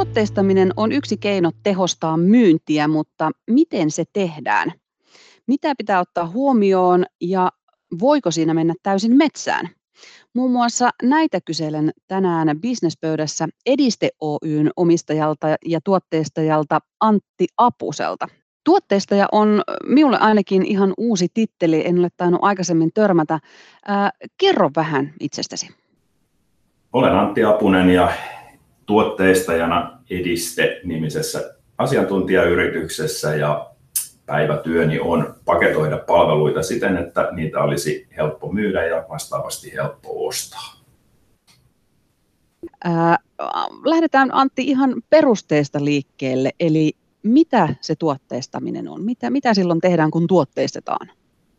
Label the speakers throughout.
Speaker 1: Tuotteistaminen on yksi keino tehostaa myyntiä, mutta miten se tehdään? Mitä pitää ottaa huomioon ja voiko siinä mennä täysin metsään? Muun muassa näitä kyselen tänään Businesspöydässä Ediste Oyn omistajalta ja tuotteistajalta Antti Apuselta. Tuotteistaja on minulle ainakin ihan uusi titteli, en ole tainnut aikaisemmin törmätä. Kerro vähän itsestäsi.
Speaker 2: Olen Antti Apunen ja tuotteistajana Ediste-nimisessä asiantuntijayrityksessä ja päivätyöni on paketoida palveluita siten, että niitä olisi helppo myydä ja vastaavasti helppo ostaa.
Speaker 1: Lähdetään Antti ihan perusteesta liikkeelle, eli mitä se tuotteistaminen on? Mitä silloin tehdään, kun tuotteistetaan?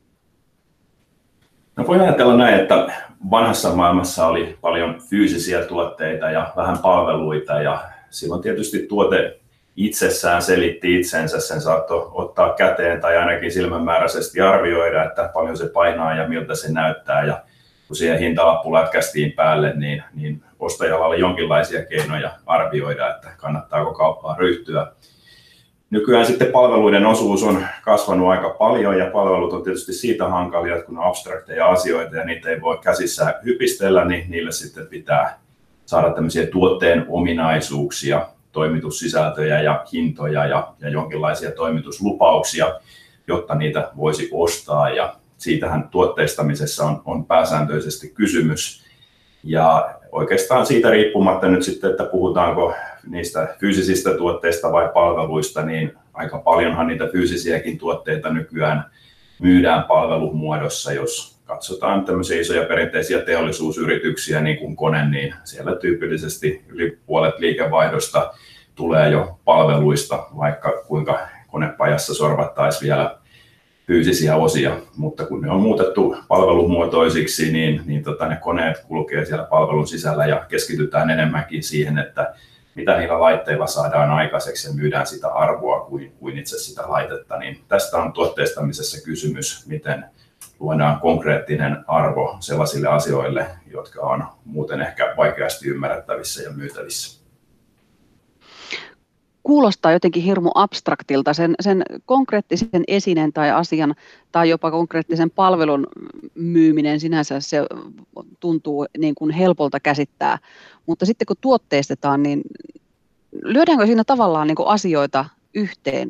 Speaker 2: No voi ajatella näin, että vanhassa maailmassa oli paljon fyysisiä tuotteita ja vähän palveluita ja silloin tietysti tuote itsessään selitti itsensä, sen saattoi ottaa käteen tai ainakin silmämääräisesti arvioida, että paljon se painaa ja miltä se näyttää ja kun siihen hintalappu lätkästiin päälle, niin ostajalla oli jonkinlaisia keinoja arvioida, että kannattaako kauppaan ryhtyä. Nykyään sitten palveluiden osuus on kasvanut aika paljon ja palvelut on tietysti siitä hankalia, että kun on abstrakteja asioita ja niitä ei voi käsissä hypistellä, niin niille sitten pitää saada tämmöisiä tuotteen ominaisuuksia, toimitussisältöjä ja hintoja ja jonkinlaisia toimituslupauksia, jotta niitä voisi ostaa. Ja siitähän tuotteistamisessa on pääsääntöisesti kysymys. Ja oikeastaan siitä riippumatta nyt sitten, että puhutaanko niistä fyysisistä tuotteista vai palveluista, niin aika paljonhan niitä fyysisiäkin tuotteita nykyään myydään palvelumuodossa. Jos katsotaan tämmöisiä isoja perinteisiä teollisuusyrityksiä niin kuin Kone, niin siellä tyypillisesti yli puolet liikevaihdosta tulee jo palveluista, vaikka kuinka konepajassa sorvattaisiin vielä fyysisiä osia, mutta kun ne on muutettu palvelumuotoisiksi, niin ne koneet kulkee siellä palvelun sisällä ja keskitytään enemmänkin siihen, että mitä niillä laitteilla saadaan aikaiseksi ja myydään sitä arvoa kuin itse sitä laitetta. Niin tästä on tuotteistamisessa kysymys, miten luodaan konkreettinen arvo sellaisille asioille, jotka on muuten ehkä vaikeasti ymmärrettävissä ja myytävissä.
Speaker 1: Kuulostaa jotenkin hirmu abstraktilta. Sen konkreettisen esineen tai asian tai jopa konkreettisen palvelun myyminen sinänsä se tuntuu niin kuin helpolta käsittää. Mutta sitten kun tuotteistetaan, niin lyödäänkö siinä tavallaan niin kuin asioita yhteen?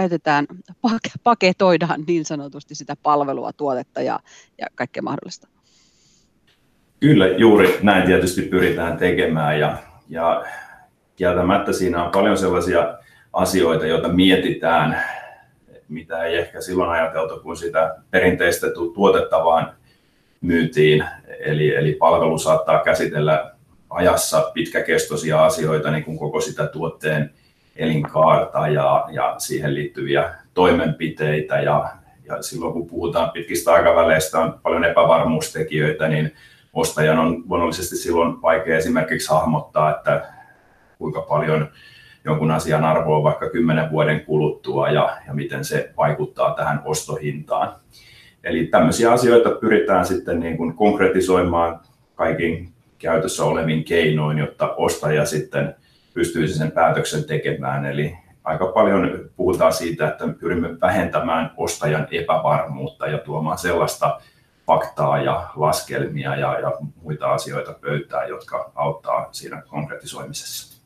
Speaker 1: Paketoidaan niin sanotusti sitä palvelua, tuotetta ja kaikkea mahdollista.
Speaker 2: Kyllä, juuri näin tietysti pyritään tekemään ja kieltämättä siinä on paljon sellaisia asioita, joita mietitään, mitä ei ehkä silloin ajateltu, kun sitä perinteistä tuotetta vaan myytiin. Eli palvelu saattaa käsitellä ajassa pitkäkestoisia asioita, niin kuin koko sitä tuotteen elinkaarta ja siihen liittyviä toimenpiteitä. Ja silloin kun puhutaan pitkistä aikaväleistä, on paljon epävarmuustekijöitä, niin ostajan on luonnollisesti silloin vaikea esimerkiksi hahmottaa, että kuinka paljon jonkun asian arvo on vaikka 10 vuoden kuluttua ja miten se vaikuttaa tähän ostohintaan. Eli tämmöisiä asioita pyritään sitten niin kuin konkretisoimaan kaikin käytössä olevin keinoin, jotta ostaja sitten pystyisi sen päätöksen tekemään. Eli aika paljon puhutaan siitä, että pyrimme vähentämään ostajan epävarmuutta ja tuomaan sellaista faktaa ja laskelmia ja muita asioita pöytään, jotka auttaa siinä konkretisoimisessa.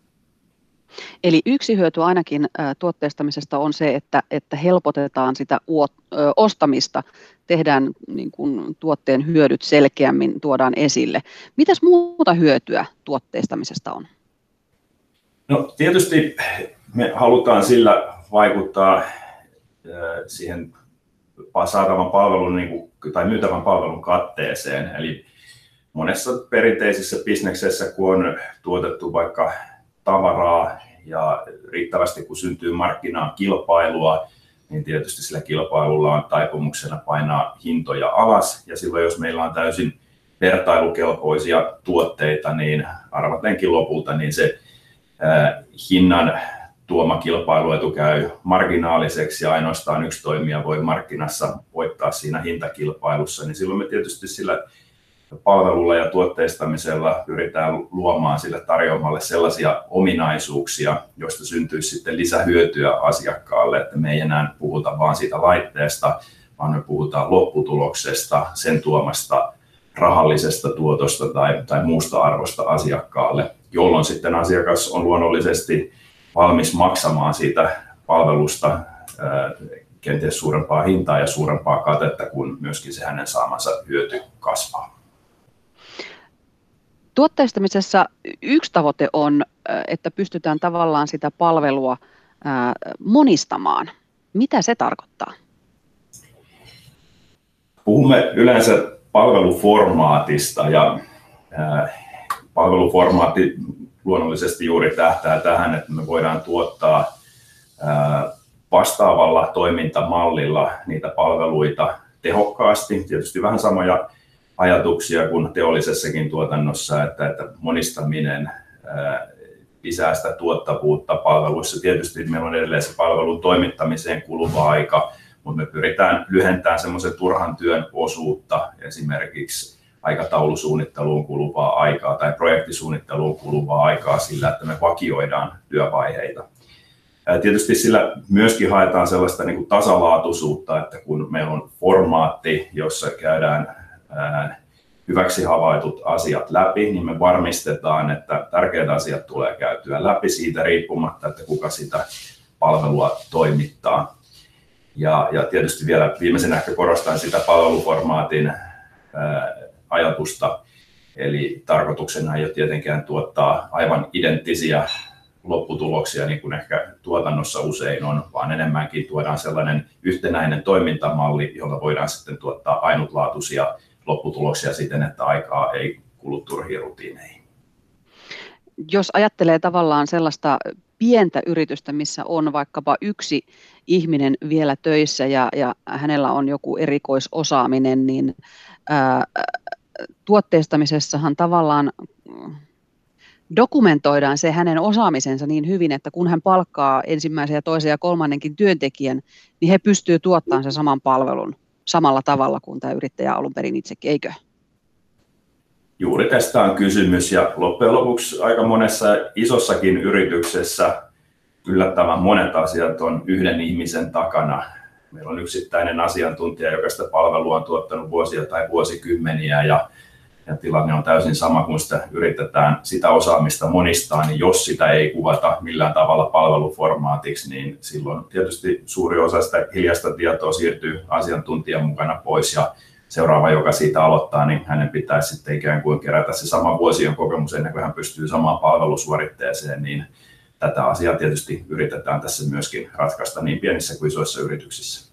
Speaker 1: Eli yksi hyöty ainakin tuotteistamisesta on se, että helpotetaan sitä ostamista, tehdään niin kuin tuotteen hyödyt selkeämmin, tuodaan esille. Mitäs muuta hyötyä tuotteistamisesta on?
Speaker 2: No tietysti me halutaan sillä vaikuttaa siihen saatavan palvelun tai myytävän palvelun katteeseen. Eli monessa perinteisessä bisneksessä, kun on tuotettu vaikka tavaraa ja riittävästi kun syntyy markkinaan kilpailua, niin tietysti sillä kilpailulla on taipumuksena painaa hintoja alas. Ja silloin jos meillä on täysin vertailukelpoisia tuotteita, niin arvatenkin lopulta niin se hinnan tuoma kilpailuetu käy marginaaliseksi ja ainoastaan yksi toimija voi markkinassa voittaa siinä hintakilpailussa, niin silloin me tietysti sillä palvelulla ja tuotteistamisella pyritään luomaan sille tarjoamalle sellaisia ominaisuuksia, joista syntyisi sitten lisähyötyä asiakkaalle, että me ei enää puhuta vaan siitä laitteesta, vaan me puhutaan lopputuloksesta, sen tuomasta rahallisesta tuotosta tai muusta arvosta asiakkaalle, jolloin sitten asiakas on luonnollisesti valmis maksamaan siitä palvelusta kenties suurempaa hintaa ja suurempaa katetta, kun myöskin se hänen saamansa hyöty kasvaa.
Speaker 1: Tuotteistamisessa yksi tavoite on, että pystytään tavallaan sitä palvelua monistamaan. Mitä se tarkoittaa?
Speaker 2: Puhumme yleensä palveluformaatista ja palveluformaatti luonnollisesti juuri tähtää tähän, että me voidaan tuottaa vastaavalla toimintamallilla niitä palveluita tehokkaasti. Tietysti vähän samoja ajatuksia kuin teollisessakin tuotannossa, että monistaminen lisää sitä tuottavuutta palveluissa. Tietysti meillä on edelleen se palvelun toimittamiseen kuluva aika, mutta me pyritään lyhentämään semmoisen turhan työn osuutta, esimerkiksi aikataulusuunnitteluun kuluvaa aikaa tai projektisuunnitteluun kuluvaa aikaa sillä, että me vakioidaan työvaiheita. Tietysti sillä myöskin haetaan sellaista niin kuin tasalaatuisuutta, että kun meillä on formaatti, jossa käydään hyväksi havaitut asiat läpi, niin me varmistetaan, että tärkeät asiat tulee käytyä läpi siitä riippumatta, että kuka sitä palvelua toimittaa. Ja tietysti vielä viimeisenä ehkä korostan sitä palveluformaatin ajatusta, eli tarkoituksena ei ole tietenkään tuottaa aivan identtisiä lopputuloksia, niin kuin ehkä tuotannossa usein on, vaan enemmänkin tuodaan sellainen yhtenäinen toimintamalli, jolla voidaan sitten tuottaa ainutlaatuisia lopputuloksia siten, että aikaa ei kulu turhiin rutiineihin.
Speaker 1: Jos ajattelee tavallaan sellaista pientä yritystä, missä on vaikkapa yksi ihminen vielä töissä ja hänellä on joku erikoisosaaminen, niin tuotteistamisessahan tavallaan dokumentoidaan se hänen osaamisensa niin hyvin, että kun hän palkkaa ensimmäisen ja toisen ja kolmannenkin työntekijän, niin he pystyvät tuottamaan sen saman palvelun samalla tavalla kuin tämä yrittäjä alun perin itsekin, eikö?
Speaker 2: Juuri tästä on kysymys ja loppujen lopuksi aika monessa isossakin yrityksessä yllättävän monet asiat on yhden ihmisen takana. Meillä on yksittäinen asiantuntija, joka sitä palvelua on tuottanut vuosia tai vuosikymmeniä ja tilanne on täysin sama, kun sitä yritetään sitä osaamista monistaa, niin jos sitä ei kuvata millään tavalla palveluformaatiksi, niin silloin tietysti suuri osa sitä hiljaista tietoa siirtyy asiantuntijan mukana pois ja seuraava, joka siitä aloittaa, niin hänen pitäisi sitten ikään kuin kerätä se sama vuosien kokemus ennen kuin hän pystyy samaan palvelusuoritteeseen, niin tätä asiaa tietysti yritetään tässä myöskin ratkaista niin pienissä kuin isoissa yrityksissä.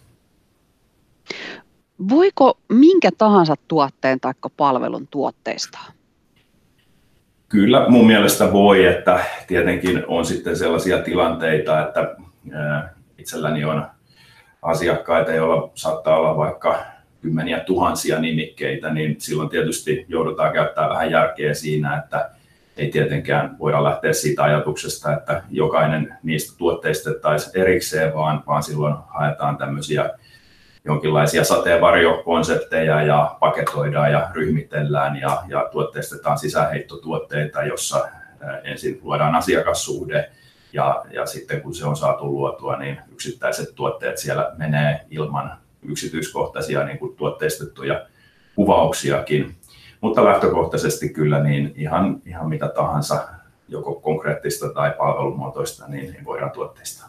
Speaker 1: Voiko minkä tahansa tuotteen tai palvelun tuotteistaa?
Speaker 2: Kyllä mun mielestä voi, että tietenkin on sitten sellaisia tilanteita, että itselläni on asiakkaita, joilla saattaa olla vaikka kymmeniä tuhansia nimikkeitä, niin silloin tietysti joudutaan käyttämään vähän järkeä siinä, että ei tietenkään voida lähteä siitä ajatuksesta, että jokainen niistä tuotteistettaisiin erikseen, vaan silloin haetaan tämmöisiä jonkinlaisia sateenvarjokonsepteja ja paketoidaan ja ryhmitellään ja tuotteistetaan sisäänheittotuotteita, jossa ensin luodaan asiakassuhde ja sitten kun se on saatu luotua, niin yksittäiset tuotteet siellä menee ilman yksityiskohtaisia niin kuin tuotteistettuja kuvauksiakin. Mutta lähtökohtaisesti kyllä niin ihan mitä tahansa, joko konkreettista tai palvelumuotoista, niin voidaan tuotteistaa.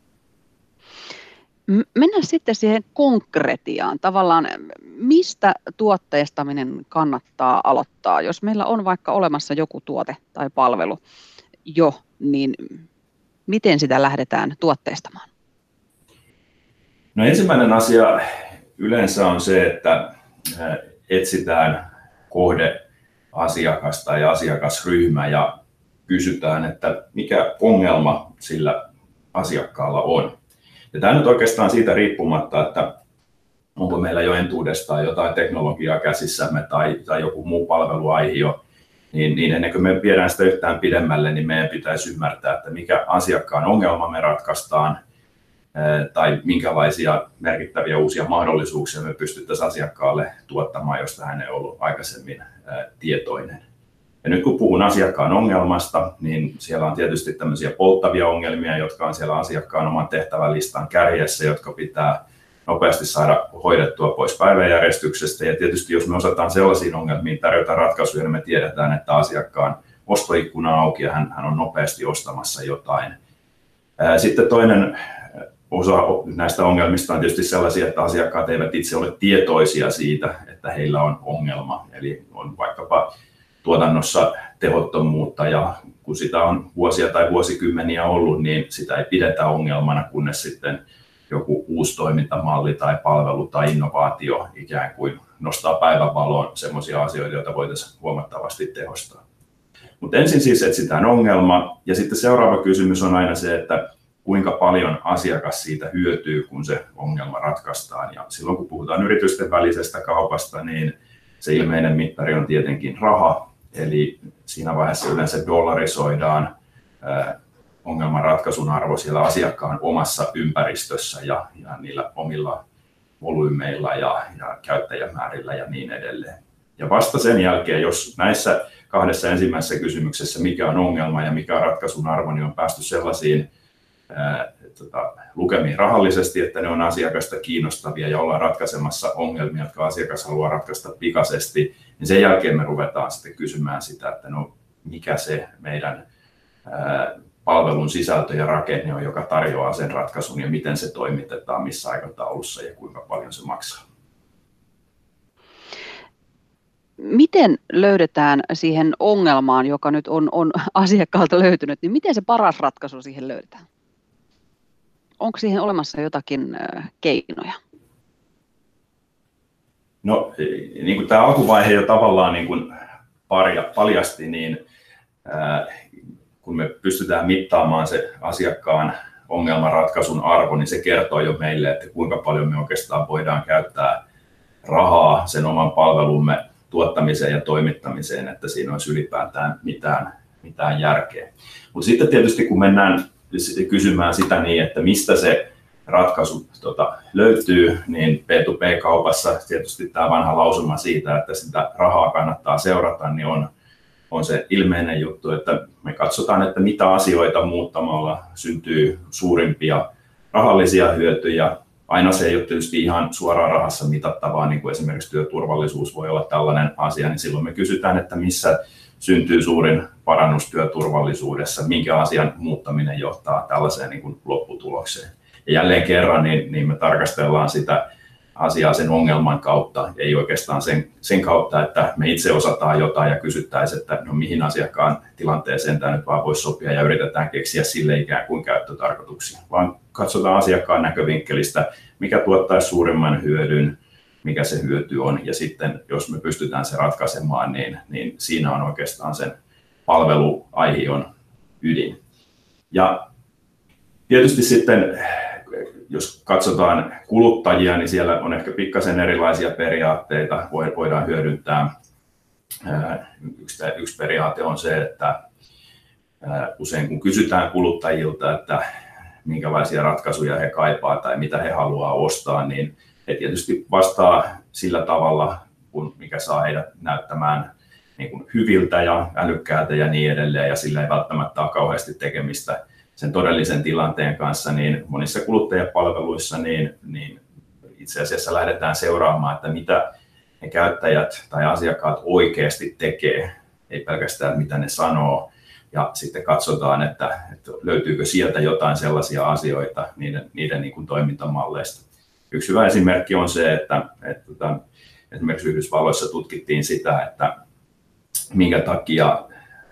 Speaker 1: Mennään sitten siihen konkretiaan. Tavallaan mistä tuotteistaminen kannattaa aloittaa? Jos meillä on vaikka olemassa joku tuote tai palvelu jo, niin miten sitä lähdetään tuotteistamaan?
Speaker 2: No ensimmäinen asia yleensä on se, että etsitään kohdeasiakas tai asiakasryhmä ja kysytään, että mikä ongelma sillä asiakkaalla on. Ja tämä nyt oikeastaan siitä riippumatta, että onko meillä jo entuudestaan jotain teknologiaa käsissämme tai joku muu palveluaihio, niin ennen kuin me viedään sitä yhtään pidemmälle, niin meidän pitäisi ymmärtää, että mikä asiakkaan ongelma me ratkaistaan tai minkälaisia merkittäviä uusia mahdollisuuksia me pystyttäisiin asiakkaalle tuottamaan, josta hän ei ollut aikaisemmin tietoinen. Ja nyt kun puhun asiakkaan ongelmasta, niin siellä on tietysti tämmöisiä polttavia ongelmia, jotka on siellä asiakkaan oman tehtävälistan kärjessä, jotka pitää nopeasti saada hoidettua pois päiväjärjestyksestä. Ja tietysti jos me osataan sellaisiin ongelmiin tarjota ratkaisuja, niin me tiedetään, että asiakkaan ostoikkuna on auki ja hän on nopeasti ostamassa jotain. Sitten toinen osa näistä ongelmista on tietysti sellaisia, että asiakkaat eivät itse ole tietoisia siitä, että heillä on ongelma. Eli on vaikkapa tuotannossa tehottomuutta ja kun sitä on vuosia tai vuosikymmeniä ollut, niin sitä ei pidetä ongelmana, kunnes sitten joku uusi toimintamalli tai palvelu tai innovaatio ikään kuin nostaa päivänvaloon sellaisia asioita, joita voitaisiin huomattavasti tehostaa. Mutta ensin siis etsitään ongelma ja sitten seuraava kysymys on aina se, että kuinka paljon asiakas siitä hyötyy, kun se ongelma ratkaistaan. Ja silloin kun puhutaan yritysten välisestä kaupasta, niin se ilmeinen mittari on tietenkin raha. Eli siinä vaiheessa yleensä dollarisoidaan ongelmanratkaisun arvo siellä asiakkaan omassa ympäristössä ja niillä omilla volyymeilla ja käyttäjämäärillä ja niin edelleen. Ja vasta sen jälkeen, jos näissä kahdessa ensimmäisessä kysymyksessä, mikä on ongelma ja mikä on ratkaisun arvo, niin on päästy sellaisiin lukemiin rahallisesti, että ne on asiakasta kiinnostavia ja ollaan ratkaisemassa ongelmia, jotka asiakas haluaa ratkaista pikaisesti, niin sen jälkeen me ruvetaan sitten kysymään sitä, että no mikä se meidän palvelun sisältö ja rakenne on, joka tarjoaa sen ratkaisun ja miten se toimitetaan, missä aikataulussa ja kuinka paljon se maksaa.
Speaker 1: Miten löydetään siihen ongelmaan, joka nyt on asiakkaalta löytynyt, niin miten se paras ratkaisu siihen löydetään? Onko siihen olemassa jotakin keinoja?
Speaker 2: No, niin kuin tämä alkuvaihe jo tavallaan niin kuin paljasti, niin kun me pystytään mittaamaan se asiakkaan ongelmanratkaisun arvo, niin se kertoo jo meille, että kuinka paljon me oikeastaan voidaan käyttää rahaa sen oman palvelumme tuottamiseen ja toimittamiseen, että siinä olisi ylipäätään mitään järkeä. Mutta sitten tietysti kun mennään kysymään sitä niin, että mistä se ratkaisu löytyy, niin B2B-kaupassa tietysti tämä vanha lausuma siitä, että sitä rahaa kannattaa seurata, niin on se ilmeinen juttu, että me katsotaan, että mitä asioita muuttamalla syntyy suurimpia rahallisia hyötyjä. Aina se ei ole tietysti ihan suoraan rahassa mitattavaa, niin kuin esimerkiksi työturvallisuus voi olla tällainen asia, niin silloin me kysytään, että missä syntyy suurin parannus työturvallisuudessa, minkä asian muuttaminen johtaa tällaiseen niin kuin lopputulokseen. Ja jälleen kerran niin me tarkastellaan sitä asiaa sen ongelman kautta, ei oikeastaan sen kautta, että me itse osataan jotain ja kysyttäisiin, että no mihin asiakkaan tilanteeseen tämä nyt vaan voisi sopia ja yritetään keksiä sille ikään kuin käyttötarkoituksia, vaan katsotaan asiakkaan näkövinkkelistä, mikä tuottaisi suurimman hyödyn, mikä se hyöty on ja sitten jos me pystytään se ratkaisemaan, niin siinä on oikeastaan sen palveluaihion ydin. Ja tietysti sitten jos katsotaan kuluttajia, niin siellä on ehkä pikkasen erilaisia periaatteita, voidaan hyödyntää. Yksi periaate on se, että usein kun kysytään kuluttajilta, että minkälaisia ratkaisuja he kaipaa tai mitä he haluaa ostaa, niin he tietysti vastaa sillä tavalla, mikä saa heidät näyttämään niin kuin hyviltä ja älykkäältä ja niin edelleen, ja sillä ei välttämättä ole kauheasti tekemistä sen todellisen tilanteen kanssa, niin monissa kuluttajapalveluissa niin itse asiassa lähdetään seuraamaan, että mitä ne käyttäjät tai asiakkaat oikeasti tekee, ei pelkästään mitä ne sanoo, ja sitten katsotaan, että löytyykö sieltä jotain sellaisia asioita niiden niin kuin toimintamalleista. Yksi hyvä esimerkki on se, että esimerkiksi Yhdysvalloissa tutkittiin sitä, että minkä takia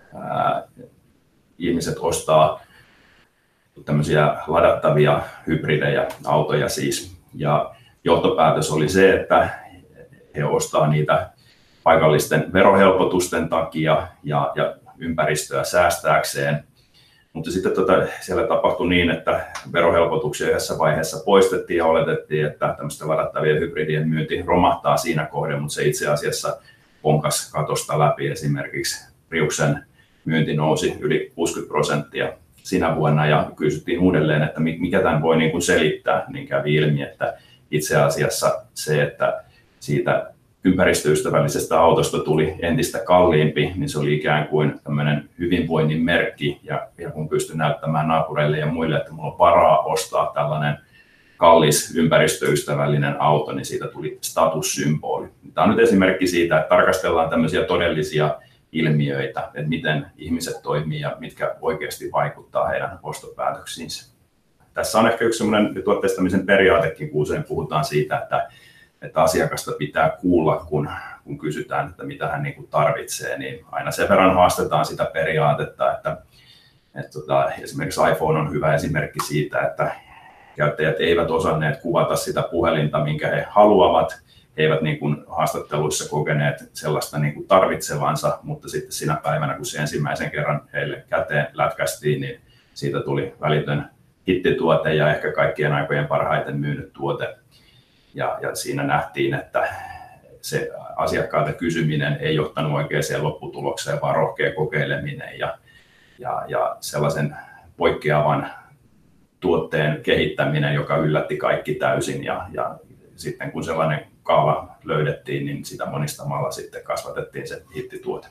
Speaker 2: ihmiset ostaa tämmöisiä ladattavia hybridejä, autoja siis. Ja johtopäätös oli se, että he ostaa niitä paikallisten verohelpotusten takia ja ympäristöä säästääkseen. Mutta sitten siellä tapahtui niin, että verohelpotuksia yhdessä vaiheessa poistettiin ja oletettiin, että tämmöisten ladattavien hybridien myynti romahtaa siinä kohden, mutta se itse asiassa ponkasi katosta läpi. Esimerkiksi Priuksen myynti nousi yli 60%. sinä vuonna ja kysyttiin uudelleen, että mikä tämän voi niin kuin selittää, niin kävi ilmi, että itse asiassa se, että siitä ympäristöystävällisestä autosta tuli entistä kalliimpi, niin se oli ikään kuin tämmöinen hyvinvoinnin merkki ja kun pystyi näyttämään naapureille ja muille, että mulla on varaa ostaa tällainen kallis ympäristöystävällinen auto, niin siitä tuli statussymboli. Tämä on nyt esimerkki siitä, että tarkastellaan tämmöisiä todellisia ilmiöitä, että miten ihmiset toimii ja mitkä oikeasti vaikuttaa heidän ostopäätöksiinsä. Tässä on ehkä yksi sellainen tuotteistamisen periaatekin, kun usein puhutaan siitä, että asiakasta pitää kuulla, kun kysytään, että mitä hän niin kuin tarvitsee, niin aina sen verran haastetaan sitä periaatetta, että esimerkiksi iPhone on hyvä esimerkki siitä, että käyttäjät eivät osanneet kuvata sitä puhelinta, minkä he haluavat. He eivät niin kuin haastatteluissa kokeneet sellaista niin kuin tarvitsevansa, mutta sitten sinä päivänä, kun se ensimmäisen kerran heille käteen lätkästiin, niin siitä tuli välitön hittituote ja ehkä kaikkien aikojen parhaiten myynyt tuote. Ja siinä nähtiin, että se asiakkaalta kysyminen ei johtanut oikeaan lopputulokseen, vaan rohkea kokeileminen ja sellaisen poikkeavan tuotteen kehittäminen, joka yllätti kaikki täysin. Ja sitten kun sellainen kaava löydettiin, niin sitä monistamalla sitten kasvatettiin se hittituote.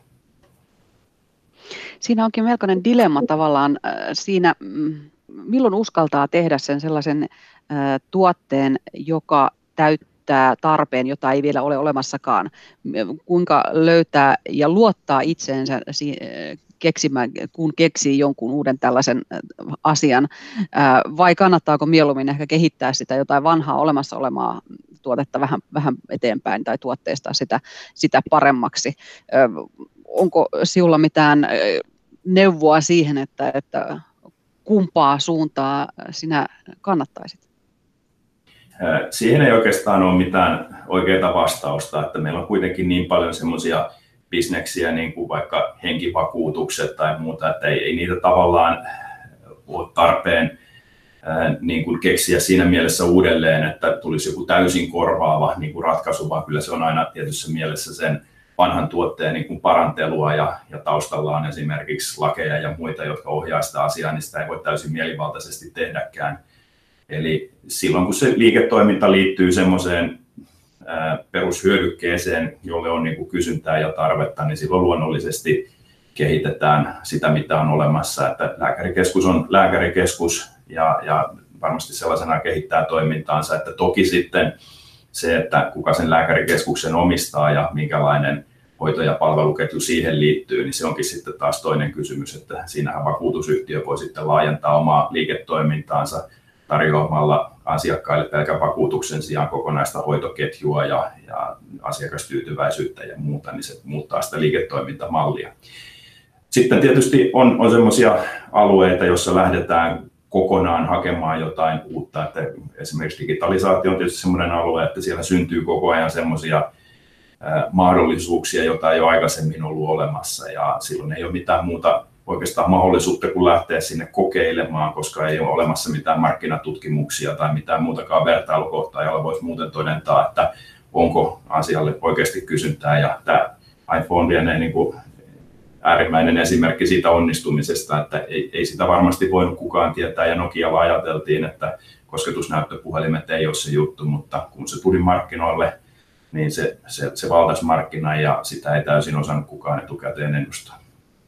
Speaker 1: Siinä onkin melkoinen dilemma tavallaan siinä, milloin uskaltaa tehdä sen sellaisen tuotteen, joka täyttää tarpeen, jota ei vielä ole olemassakaan. Kuinka löytää ja luottaa itseensä keksimään, kun keksii jonkun uuden tällaisen asian, vai kannattaako mieluummin ehkä kehittää sitä jotain vanhaa olemassa olemaa tuotetta vähän eteenpäin tai tuotteistaa sitä paremmaksi. Onko sinulla mitään neuvoa siihen, että kumpaa suuntaa sinä kannattaisit?
Speaker 2: Siihen ei oikeastaan ole mitään oikeaa vastausta, että meillä on kuitenkin niin paljon semmoisia bisneksiä, niin kuin vaikka henkivakuutukset tai muuta, että ei niitä tavallaan ole tarpeen niin kuin keksiä siinä mielessä uudelleen, että tulisi joku täysin korvaava niin kuin ratkaisu, vaan kyllä se on aina tietyssä mielessä sen vanhan tuotteen niin kuin parantelua ja taustalla on esimerkiksi lakeja ja muita, jotka ohjaa sitä asiaa, niin sitä ei voi täysin mielivaltaisesti tehdäkään. Eli silloin kun se liiketoiminta liittyy semmoiseen perushyödykkeeseen, jolle on niin kuin kysyntää ja tarvetta, niin silloin luonnollisesti kehitetään sitä, mitä on olemassa. Että lääkärikeskus on lääkärikeskus ja varmasti sellaisena kehittää toimintaansa, että toki sitten se, että kuka sen lääkärikeskuksen omistaa ja minkälainen hoito- ja palveluketju siihen liittyy, niin se onkin sitten taas toinen kysymys, että siinähän vakuutusyhtiö voi sitten laajentaa omaa liiketoimintaansa tarjoamalla asiakkaille pelkän vakuutuksen sijaan kokonaista hoitoketjua ja asiakastyytyväisyyttä ja muuta, niin se muuttaa sitä liiketoimintamallia. Sitten tietysti on sellaisia alueita, joissa lähdetään kokonaan hakemaan jotain uutta. Että esimerkiksi digitalisaatio on tietysti sellainen alue, että siellä syntyy koko ajan sellaisia mahdollisuuksia, joita ei ole aikaisemmin ollut olemassa. Ja silloin ei ole mitään muuta oikeastaan mahdollisuutta kuin lähteä sinne kokeilemaan, koska ei ole olemassa mitään markkinatutkimuksia tai mitään muutakaan vertailukohtaa, jolla voisi muuten todentaa, että onko asialle oikeasti kysyntää. Ja tämä iPhone lienee niin kuin äärimmäinen esimerkki siitä onnistumisesta, että ei sitä varmasti voinut kukaan tietää, ja Nokialla ajateltiin, että kosketusnäyttöpuhelimet ei ole se juttu, mutta kun se tuli markkinoille, niin se valtasi markkinan ja sitä ei täysin osannut kukaan etukäteen ennustaa.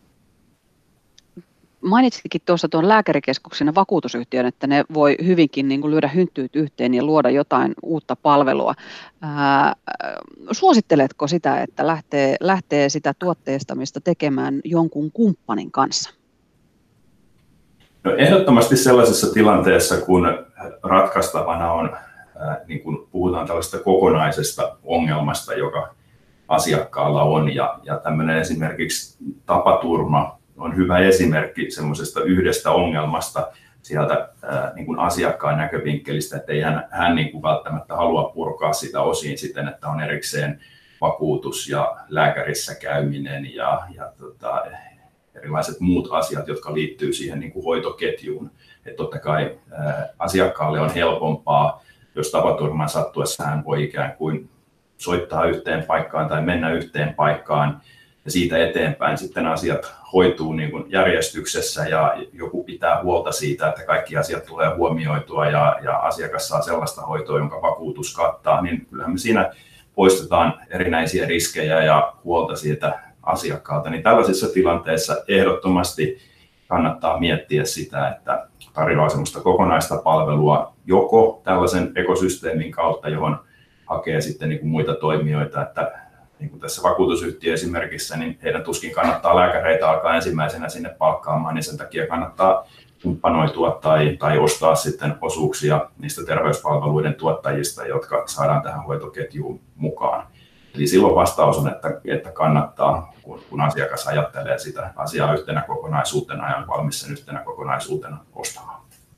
Speaker 1: Mainitsitkin tuossa tuon lääkärikeskuksen ja vakuutusyhtiön, että ne voi hyvinkin niin kuin lyödä hynttyyt yhteen ja luoda jotain uutta palvelua. Suositteletko sitä, että lähtee sitä tuotteistamista tekemään jonkun kumppanin kanssa?
Speaker 2: No, ehdottomasti sellaisessa tilanteessa, kun ratkaistavana on, niin kun puhutaan tällaista kokonaisesta ongelmasta, joka asiakkaalla on, ja tämmöinen esimerkiksi tapaturma on hyvä esimerkki semmoisesta yhdestä ongelmasta sieltä niin kuin asiakkaan näkövinkkelistä, että ei hän niin kuin välttämättä halua purkaa sitä osiin siten, että on erikseen vakuutus ja lääkärissä käyminen ja erilaiset muut asiat, jotka liittyy siihen niin kuin hoitoketjuun. Että totta kai asiakkaalle on helpompaa, jos tapaturman sattuessa hän voi ikään kuin soittaa yhteen paikkaan tai mennä yhteen paikkaan ja siitä eteenpäin sitten asiat hoituu niin kuin järjestyksessä ja joku pitää huolta siitä, että kaikki asiat tulee huomioitua ja asiakas saa sellaista hoitoa, jonka vakuutus kattaa, niin kyllähän me siinä poistetaan erinäisiä riskejä ja huolta siitä asiakkaalta. Niin tällaisissa tilanteissa ehdottomasti kannattaa miettiä sitä, että tarjoaa sellaista kokonaista palvelua joko tällaisen ekosysteemin kautta, johon hakee sitten niin kuin muita toimijoita, että niin kuin tässä vakuutusyhtiö esimerkissä, niin heidän tuskin kannattaa lääkäreitä alkaa ensimmäisenä sinne palkkaamaan, niin sen takia kannattaa kumppanoitua tai ostaa sitten osuuksia niistä terveyspalveluiden tuottajista, jotka saadaan tähän hoitoketjuun mukaan. Eli silloin vastaus on, että kannattaa, kun asiakas ajattelee sitä asiaa yhtenä kokonaisuutena ja on valmis sen yhtenä kokonaisuutena ostamaan.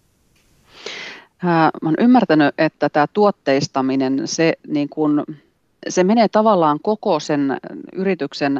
Speaker 1: Olen ymmärtänyt, että tämä tuotteistaminen, se menee tavallaan koko sen yrityksen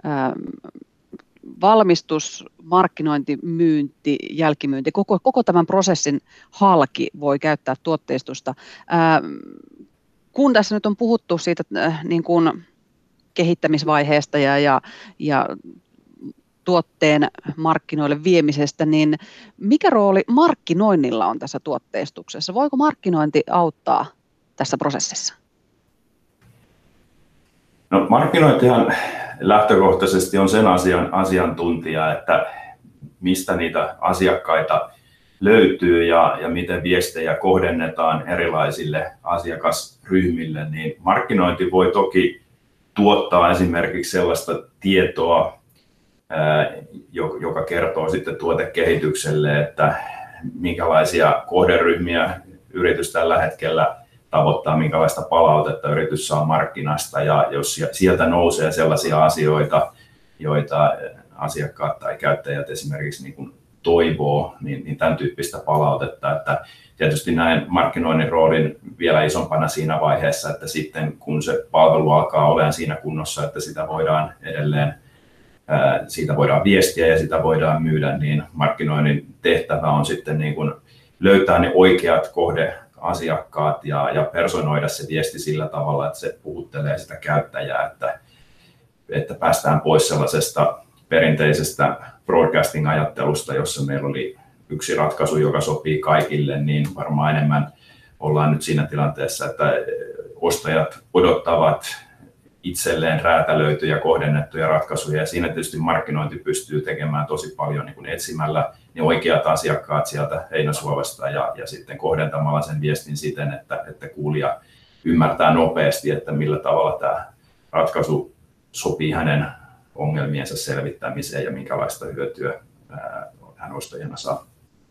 Speaker 1: valmistus, markkinointi, myynti, jälkimyynti, koko tämän prosessin halki voi käyttää tuotteistusta. Kun tässä nyt on puhuttu siitä niin kuin kehittämisvaiheesta ja tuotteen markkinoille viemisestä, niin mikä rooli markkinoinnilla on tässä tuotteistuksessa? Voiko markkinointi auttaa tässä prosessissa?
Speaker 2: No, markkinointihan lähtökohtaisesti on sen asian asiantuntija, että mistä niitä asiakkaita löytyy ja miten viestejä kohdennetaan erilaisille asiakasryhmille, niin markkinointi voi toki tuottaa esimerkiksi sellaista tietoa, joka kertoo sitten tuotekehitykselle, että minkälaisia kohderyhmiä yritys tällä hetkellä tavoittaa, minkälaista palautetta yritys saa markkinasta, ja jos sieltä nousee sellaisia asioita, joita asiakkaat tai käyttäjät esimerkiksi niin kuin toivoo, niin tämän tyyppistä palautetta, että tietysti näen markkinoinnin roolin vielä isompana siinä vaiheessa, että sitten kun se palvelu alkaa olemaan siinä kunnossa, että sitä voidaan edelleen, siitä voidaan viestiä ja sitä voidaan myydä, niin markkinoinnin tehtävä on sitten niin kuin löytää ne oikeat kohdeasiakkaat ja personoida se viesti sillä tavalla, että se puhuttelee sitä käyttäjää, että päästään pois sellaisesta perinteisestä broadcasting-ajattelusta, jossa meillä oli yksi ratkaisu, joka sopii kaikille, niin varmaan enemmän ollaan nyt siinä tilanteessa, että ostajat odottavat itselleen räätälöityjä, kohdennettuja ratkaisuja, ja siinä tietysti markkinointi pystyy tekemään tosi paljon niin kuin etsimällä ne oikeat asiakkaat sieltä heinäsuovasta ja sitten kohdentamalla sen viestin siten, että kuulija ymmärtää nopeasti, että millä tavalla tämä ratkaisu sopii hänen ongelmiensa selvittämiseen ja minkälaista hyötyä hän ostajana saa.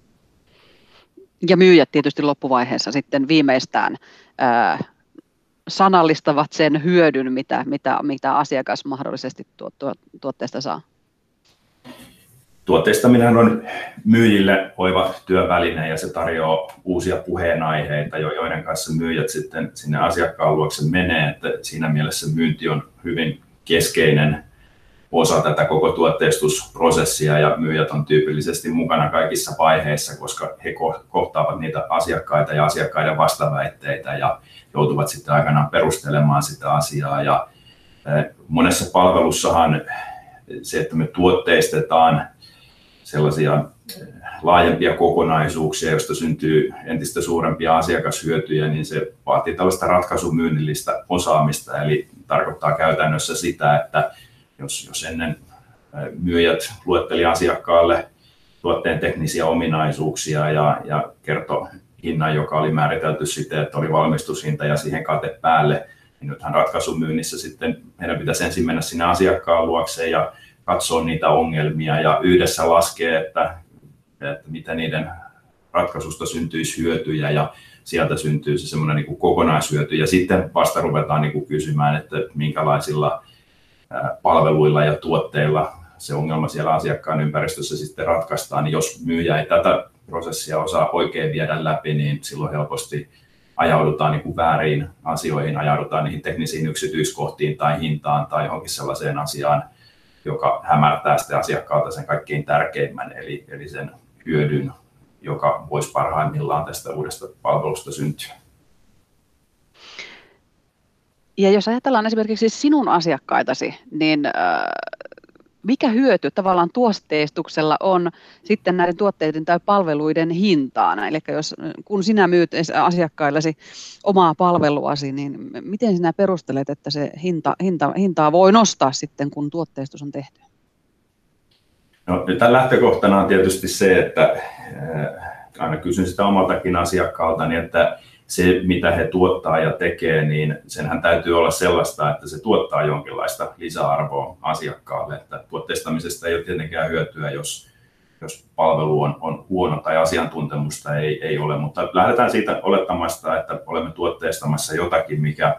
Speaker 1: Ja myyjät tietysti loppuvaiheessa sitten viimeistään sanallistavat sen hyödyn, mitä asiakas mahdollisesti tuotteesta saa.
Speaker 2: Tuotteistaminen on myyjille oiva työväline ja se tarjoaa uusia puheenaiheita, joiden kanssa myyjät sitten sinne asiakkaan luokse menee. Että siinä mielessä myynti on hyvin keskeinen osa tätä koko tuotteistusprosessia ja myyjät on tyypillisesti mukana kaikissa vaiheissa, koska he kohtaavat niitä asiakkaita ja asiakkaiden vastaväitteitä ja joutuvat sitten aikanaan perustelemaan sitä asiaa. Ja monessa palvelussahan se, että me tuotteistetaan sellaisia laajempia kokonaisuuksia, joista syntyy entistä suurempia asiakashyötyjä, niin se vaatii tällaista ratkaisumyynnillistä osaamista. Eli tarkoittaa käytännössä sitä, että jos ennen myyjät luetteli asiakkaalle tuotteen teknisiä ominaisuuksia ja kertoi hinnan, joka oli määritelty siten, että oli valmistushinta ja siihen kate päälle, niin nythän ratkaisumyynnissä sitten meidän pitäisi ensin mennä sinne asiakkaan luokseen ja katsoa niitä ongelmia ja yhdessä laskea, että mitä niiden ratkaisusta syntyisi hyötyjä ja sieltä syntyy se semmoinen niin kuin kokonaishyöty ja sitten vasta ruvetaan niin kuin kysymään, että minkälaisilla palveluilla ja tuotteilla se ongelma siellä asiakkaan ympäristössä sitten ratkaistaan, niin jos myyjä ei tätä prosessia osaa oikein viedä läpi, niin silloin helposti ajaudutaan niin kuin vääriin asioihin, ajaudutaan niihin teknisiin yksityiskohtiin tai hintaan tai johonkin sellaiseen asiaan, joka hämärtää sitten asiakkaalta sen kaikkein tärkeimmän, eli sen hyödyn, joka voisi parhaimmillaan tästä uudesta palvelusta syntyä.
Speaker 1: Ja jos ajatellaan esimerkiksi sinun asiakkaitasi, niin Mikä hyöty tavallaan tuotteistuksella on sitten näiden tuotteiden tai palveluiden hintaan? Eli kun sinä myyt asiakkaillesi omaa palveluasi, niin miten sinä perustelet, että se hintaa voi nostaa sitten, kun tuotteistus on tehty?
Speaker 2: No, tämän lähtökohtana on tietysti se, että aina kysyn sitä omaltakin asiakkaaltani, että se mitä he tuottaa ja tekee, niin senhän täytyy olla sellaista, että se tuottaa jonkinlaista lisäarvoa asiakkaalle. Että tuotteistamisesta ei ole tietenkään hyötyä, jos palvelu on huono tai asiantuntemusta ei ole, mutta lähdetään siitä olettamasta, että olemme tuotteistamassa jotakin, mikä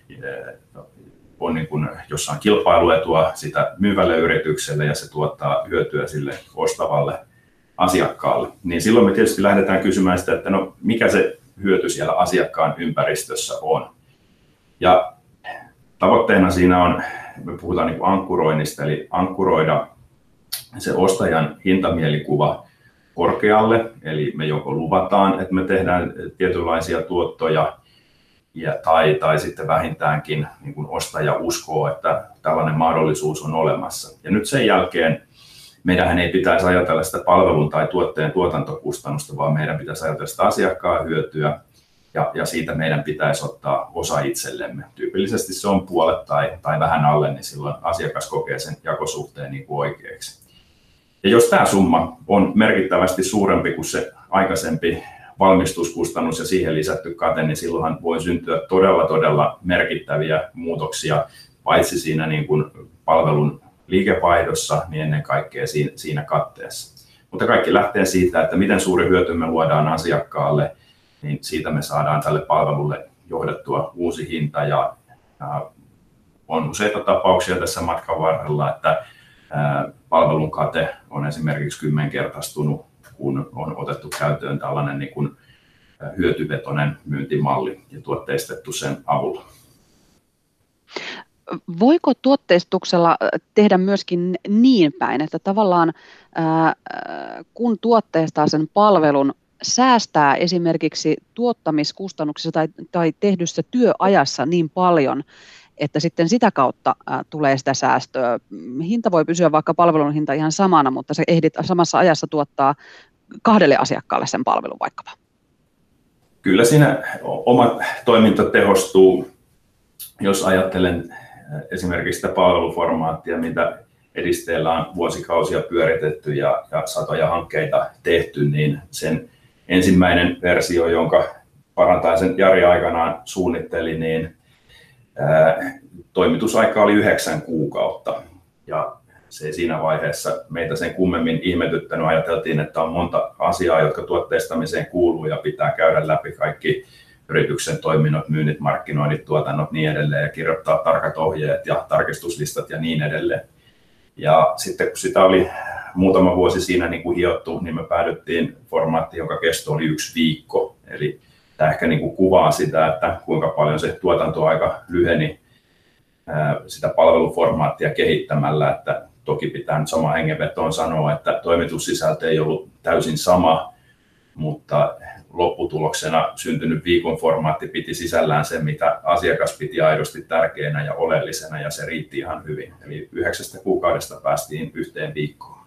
Speaker 2: on niin kuin jossain kilpailuetua sitä myyvälle yritykselle ja se tuottaa hyötyä sille ostavalle asiakkaalle. Niin silloin me tietysti lähdetään kysymään sitä, että no mikä se hyöty siellä asiakkaan ympäristössä on. Ja tavoitteena siinä on, me puhutaan niin kuin ankkuroinnista, eli ankkuroida se ostajan hintamielikuva korkealle, eli me joko luvataan, että me tehdään tietynlaisia tuottoja, tai sitten vähintäänkin niin kuin ostaja uskoo, että tällainen mahdollisuus on olemassa. Ja nyt sen jälkeen meidän ei pitäisi ajatella sitä palvelun tai tuotteen tuotantokustannusta, vaan meidän pitäisi ajatella sitä asiakkaan hyötyä, ja siitä meidän pitäisi ottaa osa itsellemme. Tyypillisesti se on puolet tai vähän alle, niin silloin asiakas kokee sen jakosuhteen niin kuin oikeaksi. Ja jos tämä summa on merkittävästi suurempi kuin se aikaisempi valmistuskustannus ja siihen lisätty kate, niin silloinhan voi syntyä todella merkittäviä muutoksia, paitsi siinä niin kuin palvelun liikevaihdossa, niin ennen kaikkea siinä katteessa. Mutta kaikki lähtee siitä, että miten suuri hyöty me luodaan asiakkaalle, niin siitä me saadaan tälle palvelulle johdettua uusi hinta. Ja on useita tapauksia tässä matkan varrella, että palvelun kate on esimerkiksi 10-kertaistunut, kun on otettu käyttöön tällainen niin kuin hyötyvetoinen myyntimalli ja tuotteistettu sen avulla.
Speaker 1: Voiko tuotteistuksella tehdä myöskin niin päin, että tavallaan kun tuotteistaa sen palvelun, säästää esimerkiksi tuottamiskustannuksissa tai tehdyssä työajassa niin paljon, että sitten sitä kautta tulee sitä säästöä. Hinta voi pysyä vaikka palvelun hinta ihan samana, mutta se ehdit samassa ajassa tuottaa 2 asiakkaalle sen palvelun vaikkapa.
Speaker 2: Kyllä siinä oma toiminta tehostuu, jos ajattelen esimerkiksi sitä palveluformaattia, mitä edisteellä on vuosikausia pyöritetty ja satoja hankkeita tehty, niin sen ensimmäinen versio, jonka Parantaisen Jari aikanaan suunnitteli, niin toimitusaika oli 9 kuukautta. Ja se ei siinä vaiheessa meitä sen kummemmin ihmetyttänyt. Ajateltiin, että on monta asiaa, jotka tuotteistamiseen kuuluu ja pitää käydä läpi kaikki yrityksen toiminnot, myynnit, markkinoinnit, tuotannot niin edelleen ja kirjoittaa tarkat ohjeet ja tarkistuslistat ja niin edelleen. Ja sitten kun sitä oli muutama vuosi siinä niin kuin hiottu, niin me päädyttiin formaattiin, jonka kesto oli 1 viikko. Eli tämä ehkä niin kuin kuvaa sitä, että kuinka paljon se tuotantoaika lyheni sitä palveluformaattia kehittämällä, että toki pitää nyt sama hengenvetoon sanoa, että toimitussisältö ei ollut täysin sama, mutta lopputuloksena syntynyt viikon formaatti piti sisällään sen, mitä asiakas piti aidosti tärkeänä ja oleellisena, ja se riitti ihan hyvin. Eli 9 kuukaudesta päästiin 1 viikkoon.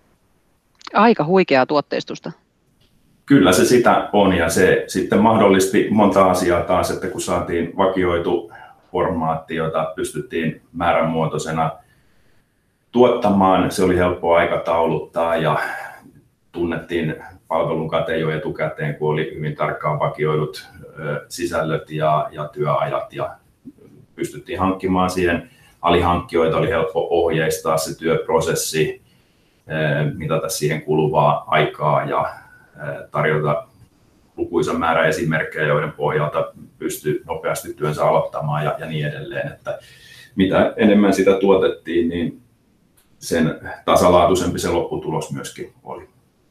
Speaker 1: Aika huikeaa tuotteistusta.
Speaker 2: Kyllä se sitä on, ja se sitten mahdollisti monta asiaa taas, että kun saatiin vakioitu formaatti, jota pystyttiin määränmuotoisena tuottamaan, se oli helppo aikatauluttaa ja tunnettiin palvelun kate jo etukäteen, kun oli hyvin tarkkaan vakioidut sisällöt ja työajat, ja pystyttiin hankkimaan siihen alihankkijoita, oli helppo ohjeistaa se työprosessi, mitata siihen kuluvaa aikaa ja tarjota lukuisa määrä esimerkkejä, joiden pohjalta pystyy nopeasti työnsä aloittamaan ja niin edelleen. Että mitä enemmän sitä tuotettiin, niin sen tasalaatuisempi se lopputulos myöskin oli.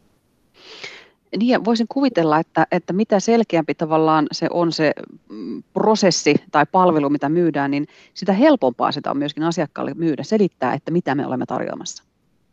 Speaker 1: Niin, voisin kuvitella, että mitä selkeämpi tavallaan se on se prosessi tai palvelu, mitä myydään, niin sitä helpompaa sitä on myöskin asiakkaalle myydä, selittää, että mitä me olemme tarjoamassa.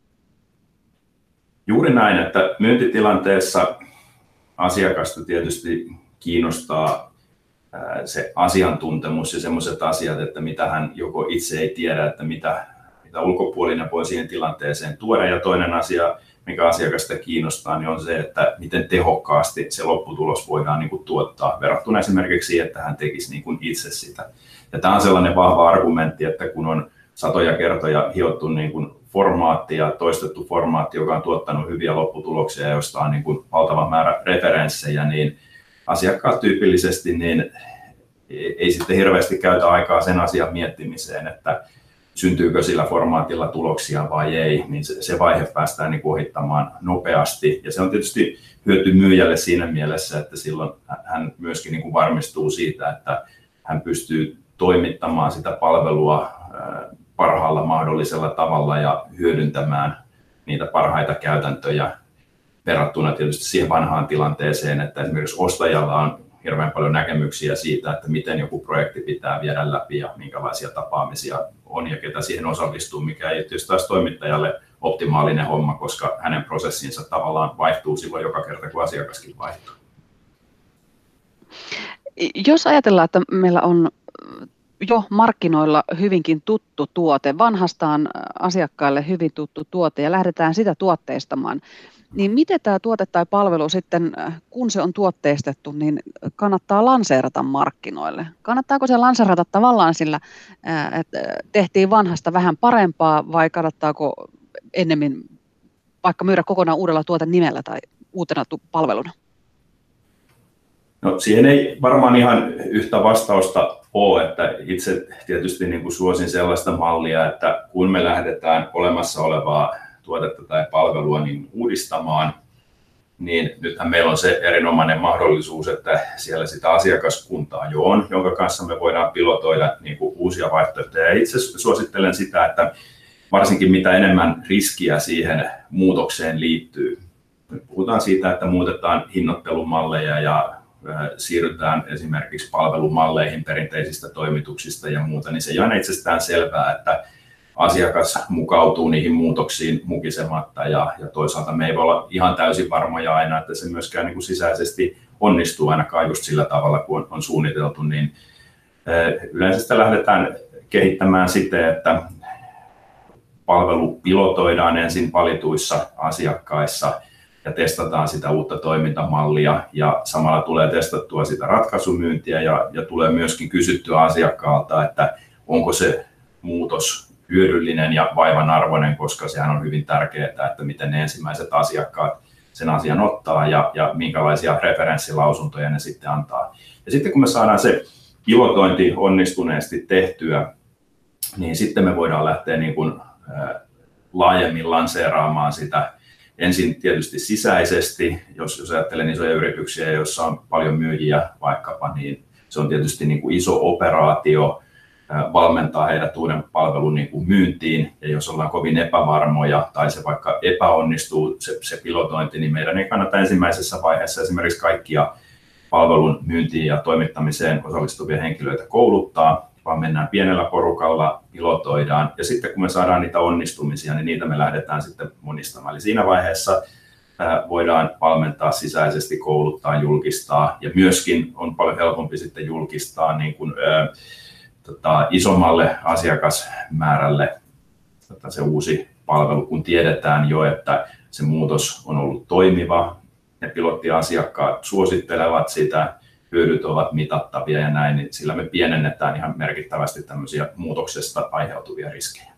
Speaker 2: Juuri näin, että myyntitilanteessa asiakasta tietysti kiinnostaa se asiantuntemus ja sellaiset asiat, että mitä hän joko itse ei tiedä, että mitä että ulkopuolinen voi siihen tilanteeseen tuoda. Ja toinen asia, mikä asiakasta kiinnostaa, niin on se, että miten tehokkaasti se lopputulos voidaan niin kuin tuottaa verrattuna esimerkiksi siihen, että hän tekisi niin kuin itse sitä. Ja tämä on sellainen vahva argumentti, että kun on satoja kertoja hiottu niin kuin formaatti ja toistettu formaatti, joka on tuottanut hyviä lopputuloksia, josta on niin kuin valtava määrä referenssejä, niin asiakkaat tyypillisesti niin ei sitten hirveästi käytä aikaa sen asian miettimiseen, että syntyykö sillä formaatilla tuloksia vai ei, niin se vaihe päästään niin ohittamaan nopeasti. Ja se on tietysti hyöty myyjälle siinä mielessä, että silloin hän myöskin niin kuin varmistuu siitä, että hän pystyy toimittamaan sitä palvelua parhaalla mahdollisella tavalla ja hyödyntämään niitä parhaita käytäntöjä verrattuna tietysti siihen vanhaan tilanteeseen, että esimerkiksi ostajalla on hirveän paljon näkemyksiä siitä, että miten joku projekti pitää viedä läpi ja minkälaisia tapaamisia on ja ketä siihen osallistuu, mikä ei tietysti taas toimittajalle optimaalinen homma, koska hänen prosessinsa tavallaan vaihtuu silloin joka kerta, kun asiakaskin vaihtuu.
Speaker 1: Jos ajatellaan, että meillä on jo markkinoilla hyvinkin tuttu tuote, vanhastaan asiakkaille hyvin tuttu tuote ja lähdetään sitä tuotteistamaan, niin miten tämä tuote tai palvelu sitten, kun se on tuotteistettu, niin kannattaa lanseerata markkinoille? Kannattaako se lanseerata tavallaan sillä, että tehtiin vanhasta vähän parempaa vai kannattaako ennemmin vaikka myydä kokonaan uudella tuotenimellä tai uutena palveluna?
Speaker 2: No, siihen ei varmaan ihan yhtä vastausta ole, että itse tietysti niin kuin suosin sellaista mallia, että kun me lähdetään olemassa olevaa tuotetta tai palvelua niin uudistamaan, niin nythän meillä on se erinomainen mahdollisuus, että siellä sitä asiakaskuntaa jo on, jonka kanssa me voidaan pilotoida niin kuin uusia vaihtoehtoja. Ja itse suosittelen sitä, että varsinkin mitä enemmän riskiä siihen muutokseen liittyy. Nyt puhutaan siitä, että muutetaan hinnoittelumalleja ja siirrytään esimerkiksi palvelumalleihin perinteisistä toimituksista ja muuta, niin se ei aina itsestään selvää, että asiakas mukautuu niihin muutoksiin mukisematta ja toisaalta me ei voi olla ihan täysin varmoja aina, että se myöskään niin kuin sisäisesti onnistuu ainakaan just sillä tavalla, kun on suunniteltu, niin yleensä sitä lähdetään kehittämään siten, että palvelu pilotoidaan ensin valituissa asiakkaissa ja testataan sitä uutta toimintamallia ja samalla tulee testattua sitä ratkaisumyyntiä ja tulee myöskin kysyttyä asiakkaalta, että onko se muutos hyödyllinen ja vaivan arvoinen, koska sehän on hyvin tärkeää, että miten ne ensimmäiset asiakkaat sen asian ottaa ja minkälaisia referenssilausuntoja ne sitten antaa. Ja sitten kun me saadaan se pilotointi onnistuneesti tehtyä, niin sitten me voidaan lähteä niin kuin laajemmin lanseeraamaan sitä ensin tietysti sisäisesti, jos ajattelen isoja yrityksiä, joissa on paljon myyjiä vaikkapa, niin se on tietysti niin kuin iso operaatio valmentaa heidät uuden palvelun niin kuin myyntiin, ja jos ollaan kovin epävarmoja tai se vaikka epäonnistuu se pilotointi, niin meidän ei kannata ensimmäisessä vaiheessa esimerkiksi kaikkia palvelun myyntiin ja toimittamiseen osallistuvia henkilöitä kouluttaa, vaan mennään pienellä porukalla, pilotoidaan, ja sitten kun me saadaan niitä onnistumisia, niin niitä me lähdetään sitten monistamaan. Eli siinä vaiheessa voidaan valmentaa sisäisesti, kouluttaa, julkistaa, ja myöskin on paljon helpompi sitten julkistaa niin kuin, isommalle asiakasmäärälle se uusi palvelu, kun tiedetään jo, että se muutos on ollut toimiva, ne pilottiasiakkaat suosittelevat sitä, hyödyt ovat mitattavia ja näin, niin sillä me pienennetään ihan merkittävästi tämmöisiä muutoksesta aiheutuvia riskejä.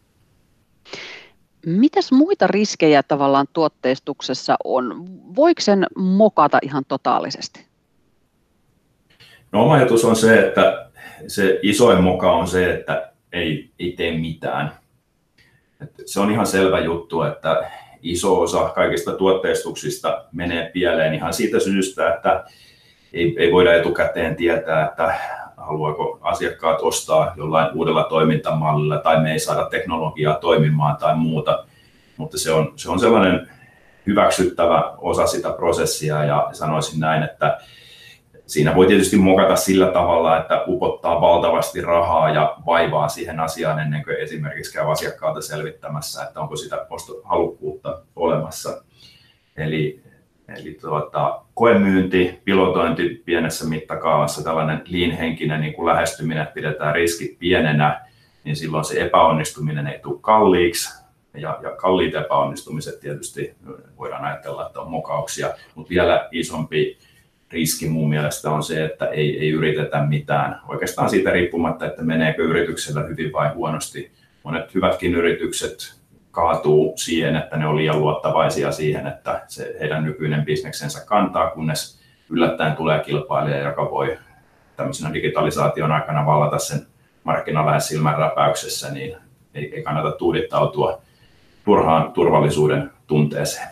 Speaker 1: Mitäs muita riskejä tavallaan tuotteistuksessa on? Voiko sen mokata ihan totaalisesti?
Speaker 2: No, oma ajatus on se, että se isoin moka on se, että ei tee mitään. Että se on ihan selvä juttu, että iso osa kaikista tuotteistuksista menee pieleen ihan siitä syystä, että ei voida etukäteen tietää, että haluaako asiakkaat ostaa jollain uudella toimintamallilla tai me ei saada teknologiaa toimimaan tai muuta. Mutta se on sellainen hyväksyttävä osa sitä prosessia ja sanoisin näin, että siinä voi tietysti mokata sillä tavalla, että upottaa valtavasti rahaa ja vaivaa siihen asiaan ennen kuin esimerkiksi käy asiakkaalta selvittämässä, että onko sitä ostohalukkuutta olemassa. Eli koemyynti, pilotointi pienessä mittakaavassa, tällainen lean-henkinen niin kuin lähestyminen, että pidetään riskit pienenä niin silloin se epäonnistuminen ei tule kalliiksi. Ja kalliit epäonnistumiset tietysti voidaan ajatella, että on mokauksia, mutta vielä isompi riski mun mielestä on se, että ei yritetä mitään. Oikeastaan siitä riippumatta, että meneekö yrityksellä hyvin vai huonosti. Monet hyvätkin yritykset kaatuu siihen, että ne on liian luottavaisia siihen, että se heidän nykyinen bisneksensä kantaa, kunnes yllättäen tulee kilpailija, joka voi tämmöisenä digitalisaation aikana vallata sen markkinalähes silmänräpäyksessä, niin ei kannata tuudittautua turhaan turvallisuuden tunteeseen.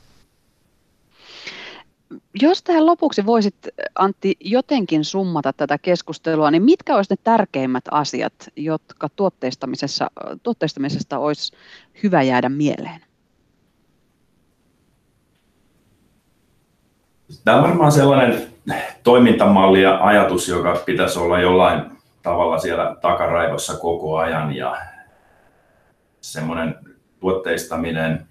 Speaker 1: Jos tähän lopuksi voisit, Antti, jotenkin summata tätä keskustelua, niin mitkä olisivat ne tärkeimmät asiat, jotka tuotteistamisesta olisi hyvä jäädä mieleen?
Speaker 2: Tämä on varmaan sellainen toimintamalli ja ajatus, joka pitäisi olla jollain tavalla siellä takaraivossa koko ajan, ja semmoinen tuotteistaminen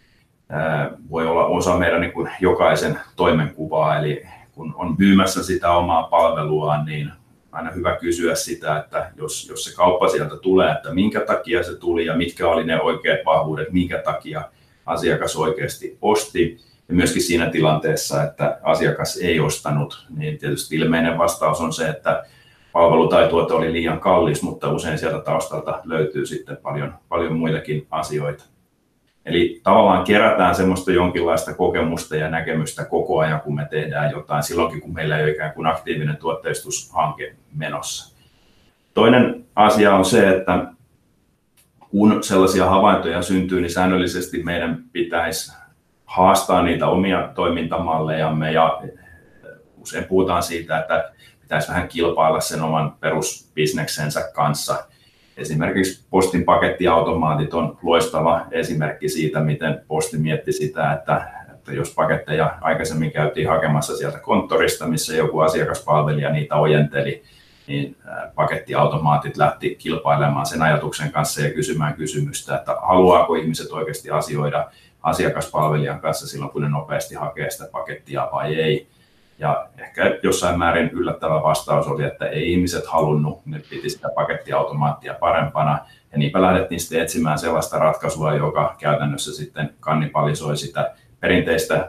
Speaker 2: voi olla osa meidän niin kuin jokaisen toimenkuvaa, eli kun on myymässä sitä omaa palveluaan, niin aina hyvä kysyä sitä, että jos se kauppa sieltä tulee, että minkä takia se tuli ja mitkä oli ne oikeat vahvuudet, minkä takia asiakas oikeasti osti. Ja myöskin siinä tilanteessa, että asiakas ei ostanut, niin tietysti ilmeinen vastaus on se, että palvelu tai tuote oli liian kallis, mutta usein sieltä taustalta löytyy sitten paljon muitakin asioita. Eli tavallaan kerätään semmoista jonkinlaista kokemusta ja näkemystä koko ajan, kun me tehdään jotain, silloinkin kun meillä ei ole ikään kuin aktiivinen tuotteistushanke menossa. Toinen asia on se, että kun sellaisia havaintoja syntyy, niin säännöllisesti meidän pitäisi haastaa niitä omia toimintamallejamme, ja usein puhutaan siitä, että pitäisi vähän kilpailla sen oman perusbisneksensä kanssa. Esimerkiksi postin pakettiautomaatit on loistava esimerkki siitä, miten posti mietti sitä, että jos paketteja aikaisemmin käytiin hakemassa sieltä konttorista, missä joku asiakaspalvelija niitä ojenteli, niin pakettiautomaatit lähti kilpailemaan sen ajatuksen kanssa ja kysymään kysymystä, että haluaako ihmiset oikeasti asioida asiakaspalvelijan kanssa silloin, kun ne nopeasti hakee sitä pakettia vai ei. Ja ehkä jossain määrin yllättävä vastaus oli, että ei ihmiset halunnut, ne piti sitä pakettiautomaattia parempana. Ja niinpä lähdettiin sitten etsimään sellaista ratkaisua, joka käytännössä sitten kannibalisoi sitä perinteistä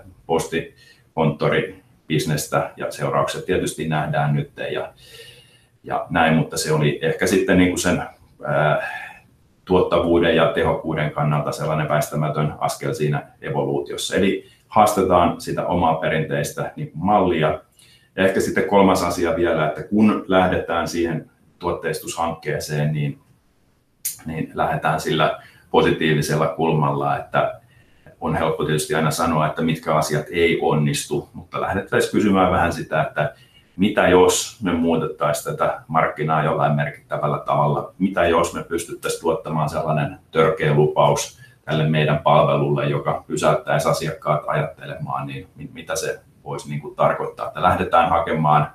Speaker 2: postikonttoribisnestä, ja seuraukset tietysti nähdään nyt ja näin, mutta se oli ehkä sitten niin kuin sen tuottavuuden ja tehokkuuden kannalta sellainen väistämätön askel siinä evoluutiossa. Eli haastetaan sitä omaa perinteistä niin kuin mallia. Ja ehkä sitten kolmas asia vielä, että kun lähdetään siihen tuotteistushankkeeseen, niin lähdetään sillä positiivisella kulmalla, että on helppo tietysti aina sanoa, että mitkä asiat ei onnistu, mutta lähdettäisiin kysymään vähän sitä, että mitä jos me muutettaisiin tätä markkinaa jollain merkittävällä tavalla, mitä jos me pystyttäisiin tuottamaan sellainen törkeä lupaus tälle meidän palvelulle, joka pysäyttäisi asiakkaat ajattelemaan, niin mitä se voisi niin kuin tarkoittaa, että lähdetään hakemaan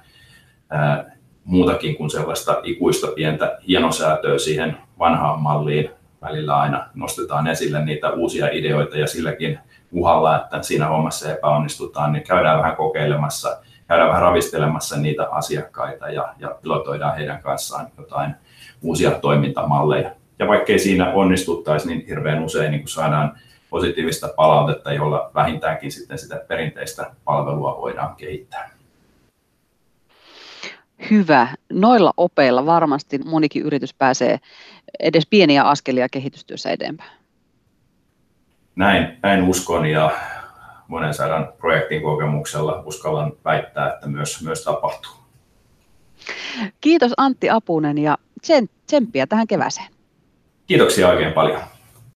Speaker 2: muutakin kuin sellaista ikuista pientä hienosäätöä siihen vanhaan malliin. Välillä aina nostetaan esille niitä uusia ideoita, ja silläkin uhalla, että siinä hommassa epäonnistutaan, niin käydään vähän kokeilemassa, käydään vähän ravistelemassa niitä asiakkaita ja pilotoidaan heidän kanssaan jotain uusia toimintamalleja. Ja vaikkei siinä onnistuttaisi, niin hirveän usein niin saadaan positiivista palautetta, jolla vähintäänkin sitten sitä perinteistä palvelua voidaan kehittää.
Speaker 1: Hyvä. Noilla opeilla varmasti monikin yritys pääsee edes pieniä askelia kehitystyössä eteenpäin.
Speaker 2: Näin uskon, ja monen sadan projektin kokemuksella uskallan väittää, että myös tapahtuu.
Speaker 1: Kiitos Antti Apunen, ja tsemppiä tähän kevääseen.
Speaker 2: Kiitoksia oikein paljon.